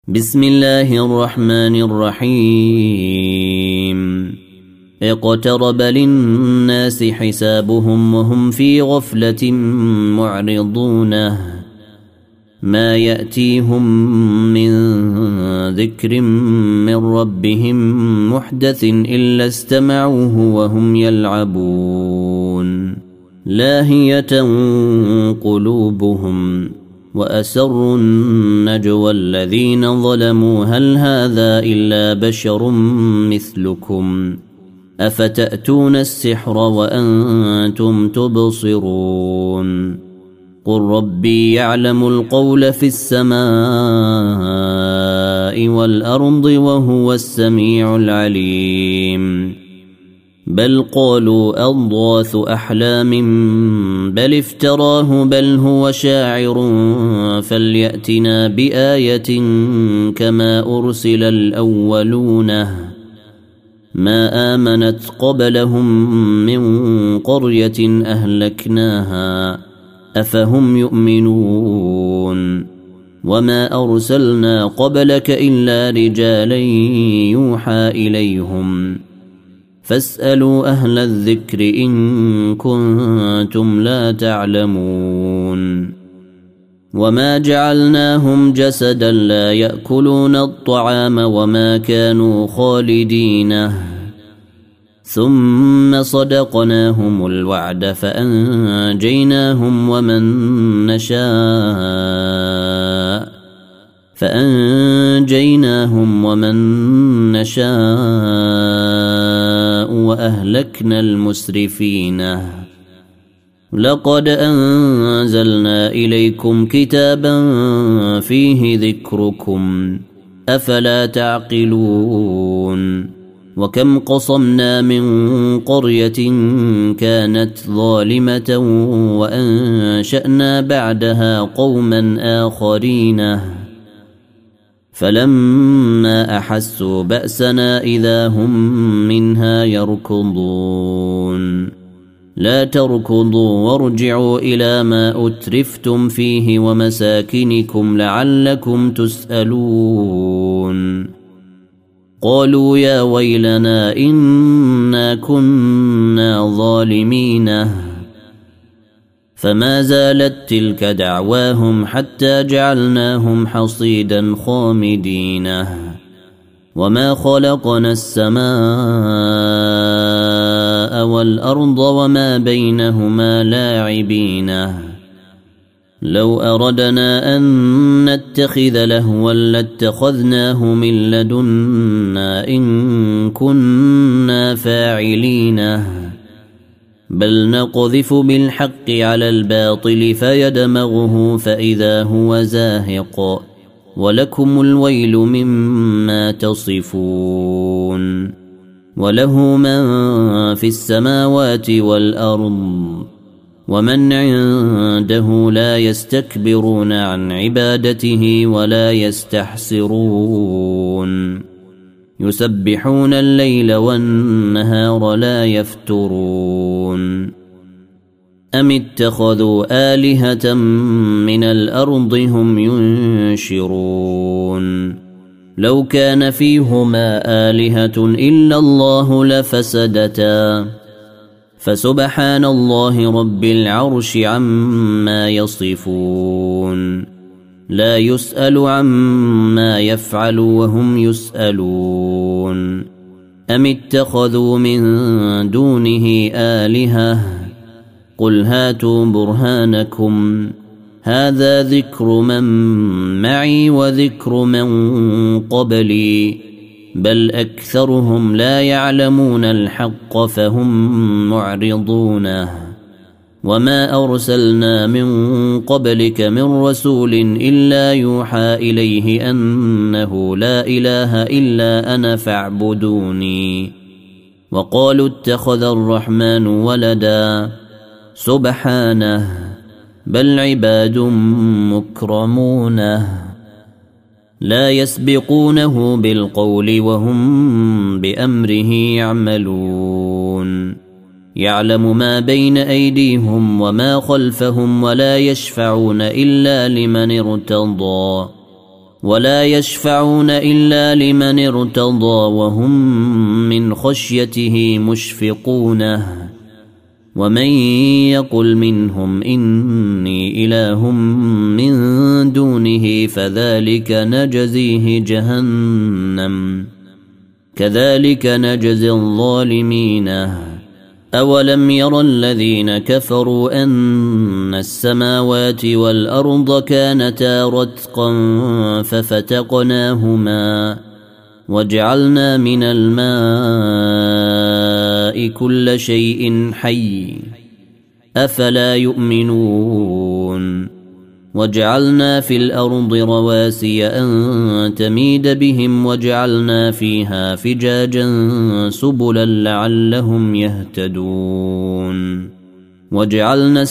بسم الله الرحمن الرحيم اقترب للناس حسابهم وهم في غفلة معرضون ما يأتيهم من ذكر من ربهم محدث إلا استمعوه وهم يلعبون لاهية قلوبهم وأسروا النجوى الذين ظلموا هل هذا إلا بشر مثلكم أفتأتون السحر وأنتم تبصرون قل ربي يعلم القول في السماء والأرض وهو السميع العليم بل قالوا أضغاث أحلام بل افتراه بل هو شاعر فليأتنا بآية كما أرسل الأولون ما آمنت قبلهم من قرية أهلكناها أفهم يؤمنون وما أرسلنا قبلك إلا رجالا يوحى إليهم فاسألوا أهل الذكر إن كنتم لا تعلمون وما جعلناهم جسدا لا يأكلون الطعام وما كانوا خالدين ثم صدقناهم الوعد فأنجيناهم ومن نشاء وأهلكنا المسرفين لقد أنزلنا إليكم كتابا فيه ذكركم أفلا تعقلون وكم قصمنا من قرية كانت ظالمة وأنشأنا بعدها قوما آخرين فلما أحسوا بأسنا إذا هم منها يركضون لا تركضوا وارجعوا إلى ما أترفتم فيه ومساكنكم لعلكم تسألون قالوا يا ويلنا إنا كنا ظالمين فما زالت تلك دعواهم حتى جعلناهم حصيدا خامدين وما خلقنا السماء والأرض وما بينهما لاعبين لو أردنا أن نتخذ لهوا لاتخذناه من لدنا إن كنا فاعلين بل نقذف بالحق على الباطل فيدمغه فإذا هو زاهق ولكم الويل مما تصفون وله من في السماوات والأرض ومن عنده لا يستكبرون عن عبادته ولا يستحسرون يسبحون الليل والنهار لا يفترون أم اتخذوا آلهة من الأرض هم ينشرون لو كان فيهما آلهة إلا الله لفسدتا فسبحان الله رب العرش عما يصفون لا يسأل عما يفعل وهم يسألون أم اتخذوا من دونه آلهة قل هاتوا برهانكم هذا ذكر من معي وذكر من قبلي بل أكثرهم لا يعلمون الحق فهم معرضون وما أرسلنا من قبلك من رسول إلا يوحى إليه أنه لا إله إلا أنا فاعبدوني وقالوا اتخذ الرحمن ولدا سبحانه بل عباد مكرمون لا يسبقونه بالقول وهم بأمره يعملون يعلم ما بين أيديهم وما خلفهم ولا يشفعون إلا لمن ارتضى ولا يشفعون إلا لمن ارتضى وهم من خشيته مشفقون ومن يقل منهم إني إله من دونه فذلك نجزيه جهنم كذلك نجزي الظالمين أولم ير الذين كفروا أن السماوات والأرض كانتا رتقا ففتقناهما وجعلنا من الماء كل شيء حي أفلا يؤمنون وجعلنا في الأرض رواسي أن تميد بهم وجعلنا فيها فجاجا سبلا لعلهم يهتدون وجعلنا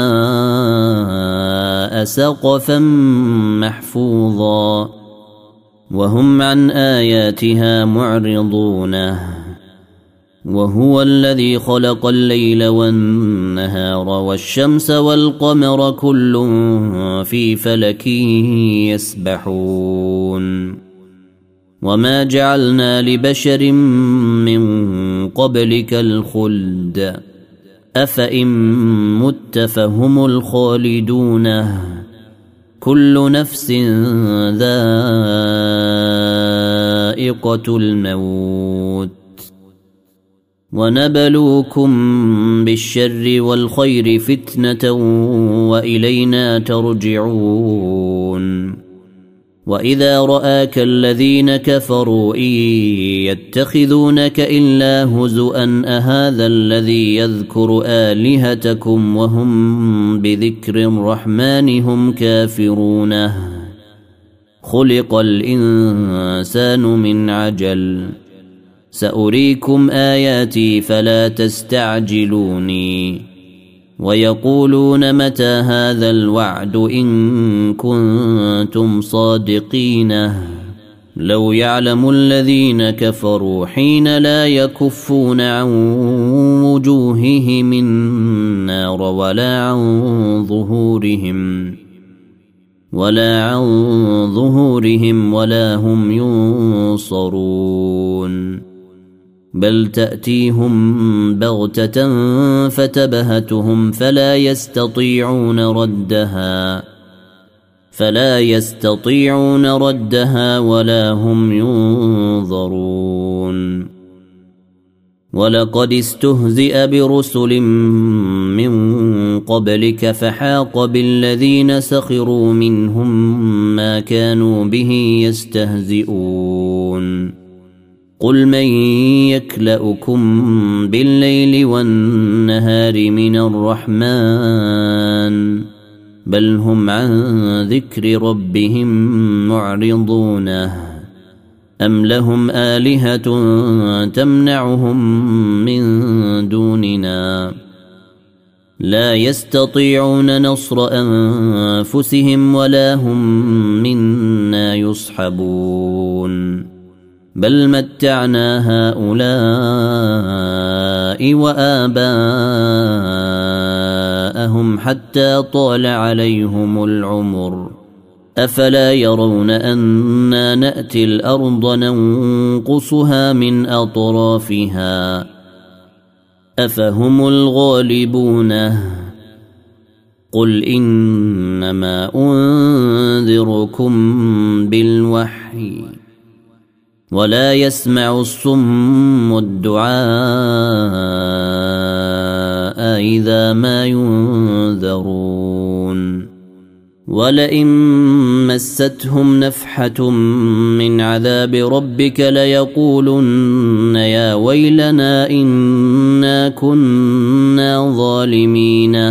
السماء سقفا محفوظا وهم عن آياتها معرضون وهو الذي خلق الليل والنهار والشمس والقمر كل في فلك يسبحون وما جعلنا لبشر من قبلك الخلد أفإن مت فهم الخالدون كل نفس ذائقة الموت ونبلوكم بالشر والخير فتنة وإلينا ترجعون وإذا رآك الذين كفروا إن يتخذونك إلا هزؤا أهذا الذي يذكر آلهتكم وهم بذكر الرحمن هم كافرون خلق الإنسان من عجل سأريكم آياتي فلا تستعجلوني ويقولون متى هذا الوعد إن كنتم صادقين لو يعلم الذين كفروا حين لا يكفون عن وجوههم النار ولا عن ظهورهم ولا هم ينصرون بل تأتيهم بغتة فتبهتهم فلا يستطيعون ردها ولا هم ينظرون ولقد استهزئ برسل من قبلك فحاق بالذين سخروا منهم ما كانوا به يستهزئون قل من يكلؤكم بالليل والنهار من الرحمن بل هم عن ذكر ربهم معرضون أم لهم آلهة تمنعهم من دوننا لا يستطيعون نصر أنفسهم ولا هم منا يصحبون بل متعنا هؤلاء وآباءهم حتى طال عليهم العمر أفلا يرون أنا نأتي الأرض ننقصها من أطرافها أفهم الغالبون قل إنما أنذركم بالوحي ولا يسمع الصم الدعاء إذا ما ينذرون ولئن مستهم نفحة من عذاب ربك ليقولن يا ويلنا إنا كنا ظالمين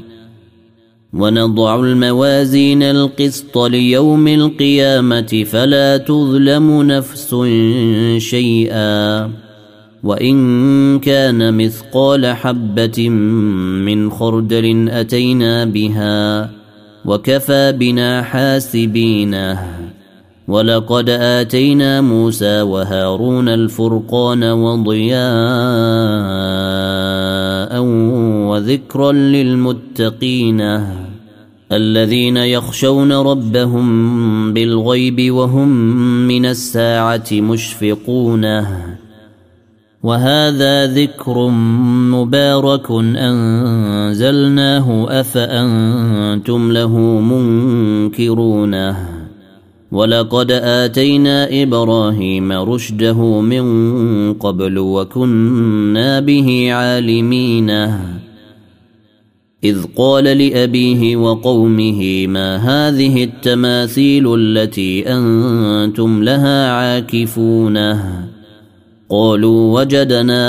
ونضع الموازين القسط ليوم القيامة فلا تظلم نفس شيئا وإن كان مثقال حبة من خردل أتينا بها وكفى بنا حاسبين ولقد آتينا موسى وهارون الفرقان وضياء وذكرا للمتقين الذين يخشون ربهم بالغيب وهم من الساعة مشفقون وهذا ذكر مبارك أنزلناه أفأنتم له منكرون ولقد آتينا إبراهيم رشده من قبل وكنا به عالمين إذ قال لأبيه وقومه ما هذه التماثيل التي أنتم لها عاكفون قالوا وجدنا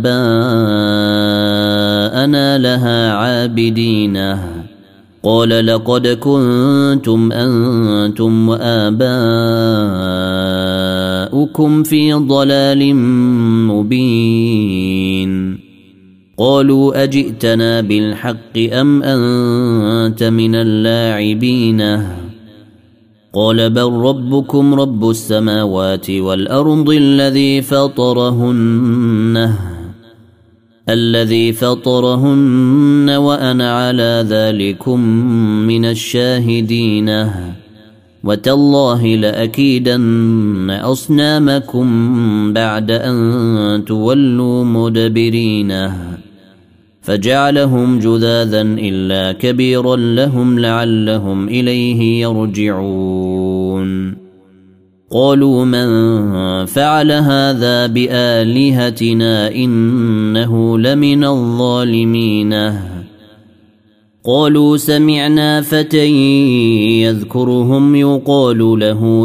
آباءنا لها عابدين قال لقد كنتم أنتم وآباؤكم في ضلال مبين قالوا أجئتنا بالحق أم أنت من اللاعبين قال بل ربكم رب السماوات والأرض الذي فطرهن وأنا على ذلكم من الشاهدين وتالله لأكيدن أصنامكم بعد أن تولوا مدبرين فجعلهم جذاذا إلا كبيرا لهم لعلهم إليه يرجعون قالوا من فعل هذا بآلهتنا إنه لمن الظالمين قالوا سمعنا فتى يذكرهم يقال له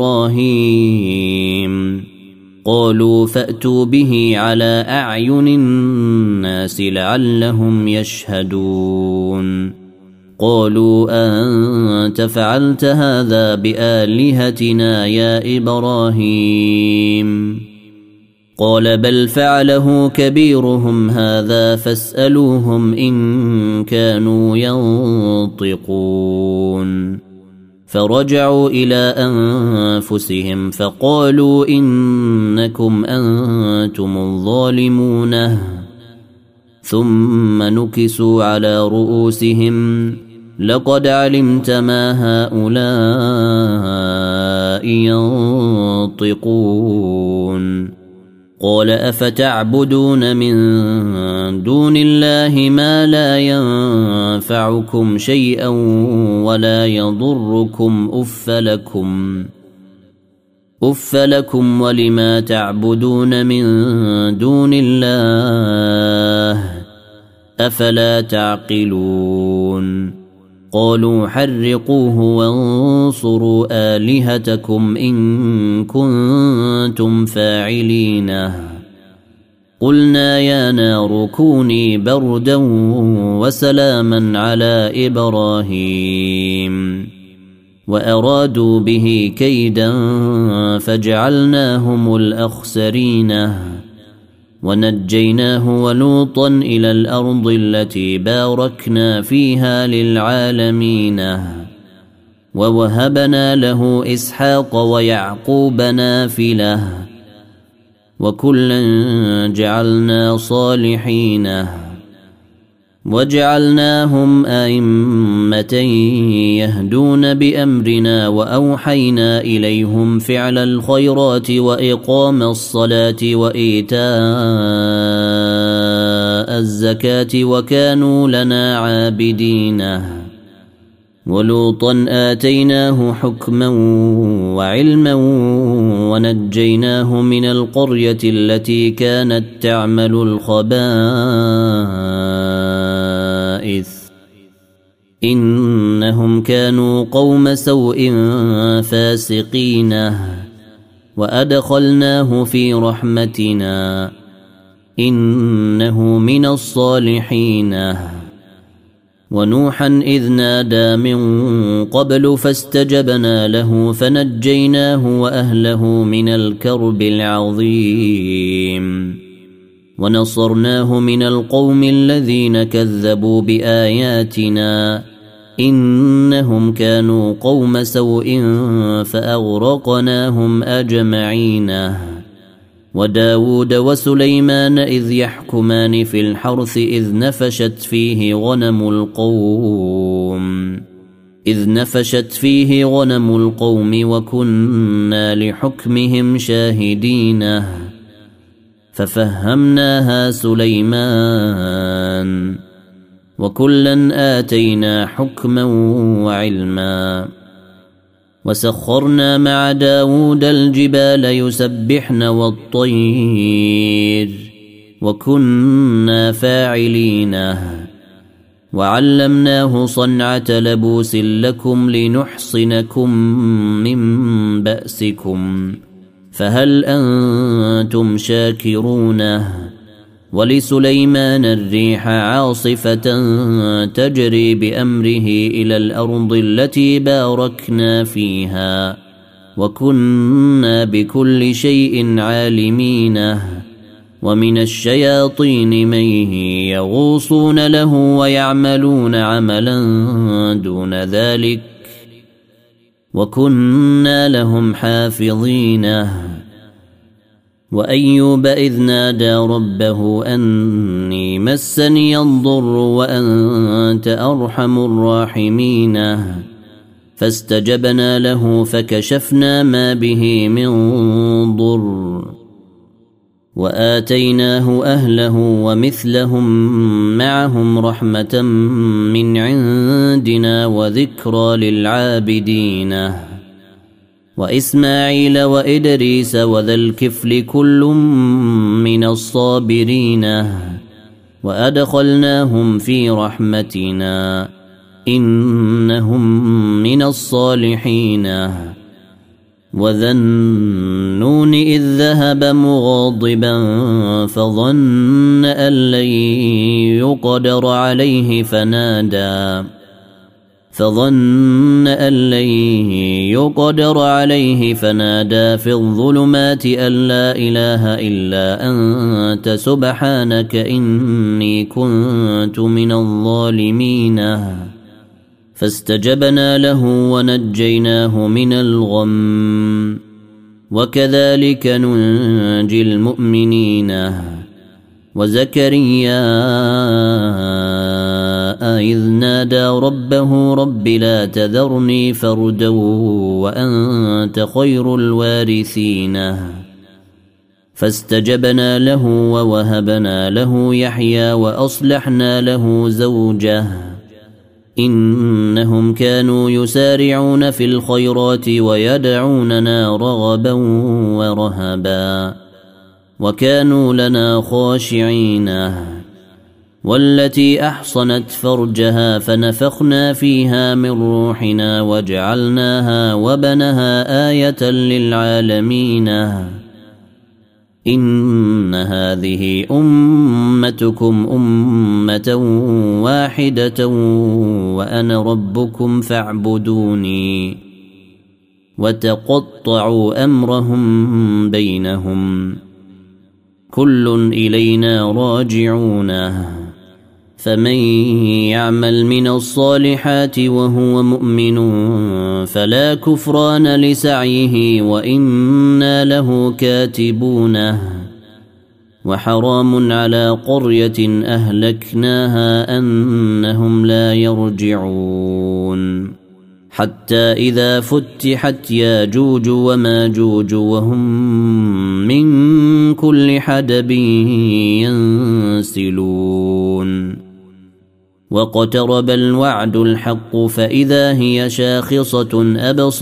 إبراهيم قالوا فأتوا به على أعين الناس لعلهم يشهدون قالوا أنت فعلت هذا بآلهتنا يا إبراهيم قال بل فعله كبيرهم هذا فاسألوهم إن كانوا ينطقون فرجعوا إلى أنفسهم فقالوا إنكم أنتم الظالمون ثم نكسوا على رؤوسهم لقد علمت ما هؤلاء ينطقون قال أفتعبدون من دون الله ما لا ينفعكم شيئا ولا يضركم أف لكم ولما تعبدون من دون الله أفلا تعقلون قالوا حرقوه وانصروا آلهتكم إن كنتم فاعلين قلنا يا نار كوني بردا وسلاما على إبراهيم وأرادوا به كيدا فجعلناهم الأخسرين ونجيناه ولوطا إلى الأرض التي باركنا فيها للعالمين ووهبنا له إسحاق ويعقوب نافلة وكلا جعلنا صالحين وجعلناهم أئمة يهدون بأمرنا وأوحينا إليهم فعل الخيرات وإقام الصلاة وإيتاء الزكاة وكانوا لنا عابدين ولوطا آتيناه حكما وعلما ونجيناه من القرية التي كانت تعمل الخبائث إنهم كانوا قوم سوء فاسقين وأدخلناه في رحمتنا إنه من الصالحين ونوحا إذ نادى من قبل فاستجبنا له فنجيناه وأهله من الكرب العظيم ونصرناه من القوم الذين كذبوا بآياتنا إنهم كانوا قوم سوء فأغرقناهم أجمعين وداود وسليمان إذ يحكمان في الحرث إذ نفشت فيه غنم القوم إذ نفشت فيه غنم القوم وكنا لحكمهم شاهدين ففهمناها سليمان وكلا آتينا حكما وعلما وسخرنا مع داود الجبال يسبحن والطير وكنا فاعلين وعلمناه صنعة لبوس لكم لنحصنكم من بأسكم فهل أنتم شاكرون ولسليمان الريح عاصفة تجري بأمره إلى الأرض التي باركنا فيها وكنا بكل شيء عالمين ومن الشياطين من يغوصون له ويعملون عملا دون ذلك وكنا لهم حافظين وأيوب إذ نادى ربه أني مسني الضر وأنت أرحم الراحمين فاستجبنا له فكشفنا ما به من ضر وآتيناه أهله ومثلهم معهم رحمة من عندنا وذكرى للعابدين وإسماعيل وإدريس وذا الكفل كل من الصابرين وأدخلناهم في رحمتنا إنهم من الصالحين وذا النون إذ ذهب مغاضبا فظن أن لن يقدر عليه فنادى في الظلمات أن لا إله إلا أنت سبحانك إني كنت من الظالمين فاستجبنا له ونجيناه من الغم وكذلك ننجي المؤمنين وزكريا إذ نادى ربه رب لا تذرني فردا وأنت خير الوارثين فاستجبنا له ووهبنا له يحيى وأصلحنا له زوجه إنهم كانوا يسارعون في الخيرات ويدعوننا رغبا ورهبا وكانوا لنا خاشعين والتي أحصنت فرجها فنفخنا فيها من روحنا وجعلناها وبنها آية للعالمين إن هذه أمتكم أمة واحدة وأنا ربكم فاعبدوني وتقطعوا أمرهم بينهم كل إلينا راجعون فمن يعمل من الصالحات وهو مؤمن فلا كفران لسعيه وإنا له كاتبون وحرام على قرية أهلكناها أنهم لا يرجعون حتى إذا فتحت ياجوج وماجوج وهم من كل حدب ينسلون واقترب الوعد الحق فإذا هي شاخصة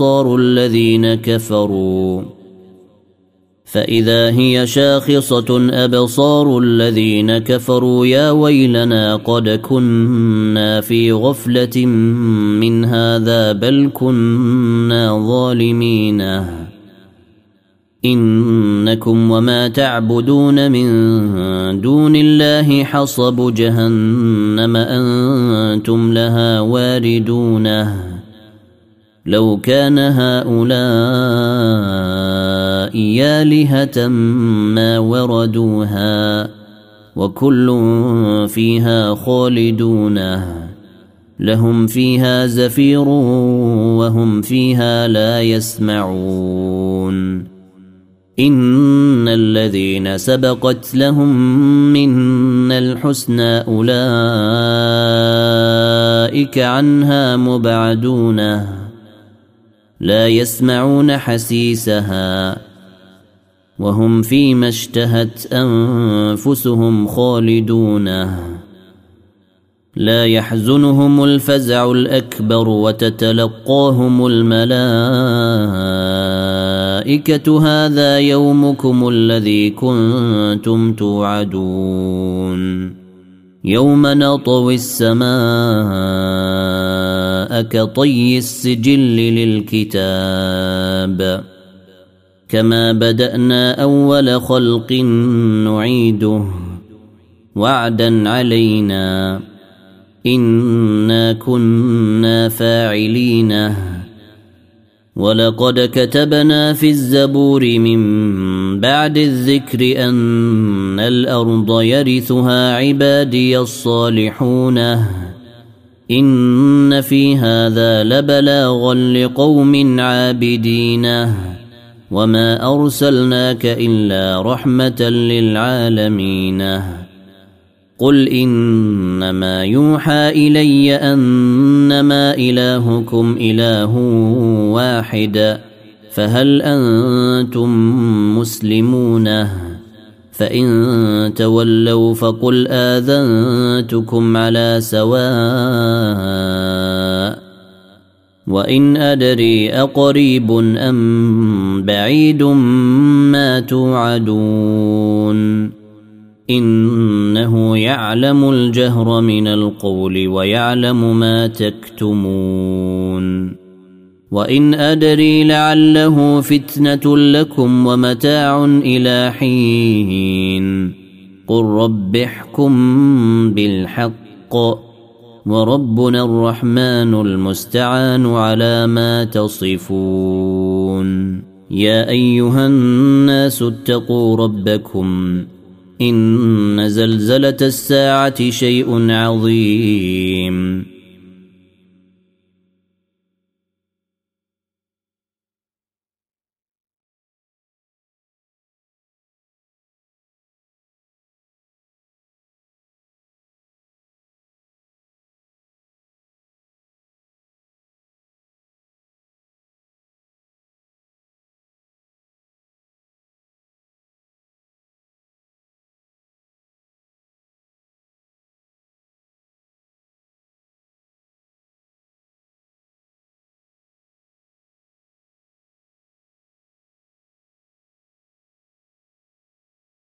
أبصار الذين كفروا يا ويلنا قد كنا في غفلة من هذا بل كنا ظالمين إنكم وما تعبدون من دون الله حصب جهنم أنتم لها واردون لو كان هؤلاء آلهة ما وردوها وكل فيها خالدون لهم فيها زفير وهم فيها لا يسمعون إن الذين سبقت لهم منا الحسنى أولئك عنها مبعدون لا يسمعون حسيسها وهم فيما اشتهت أنفسهم خالدون لا يحزنهم الفزع الأكبر وتتلقاهم الملائكة هذا يومكم الذي كنتم توعدون يوم نطوي السماء كطي السجل للكتاب كما بدأنا أول خلق نعيده وعدا علينا إنا كنا فاعلين ولقد كتبنا في الزبور من بعد الذكر أن الأرض يرثها عبادي الصالحون إن في هذا لبلاغا لقوم عابدين وما أرسلناك إلا رحمة للعالمين قل إنما يوحى إلي أنما إلهكم إله واحد فهل أنتم مسلمون فإن تولوا فقل آذنتكم على سواء وإن أدري أقريب أم بعيد ما توعدون إنه يعلم الجهر من القول ويعلم ما تكتمون وإن أدري لعله فتنة لكم ومتاع إلى حين قل رب احكم بالحق وربنا الرحمن المستعان على ما تصفون يا أيها الناس اتقوا ربكم إن زلزلة الساعة شيء عظيم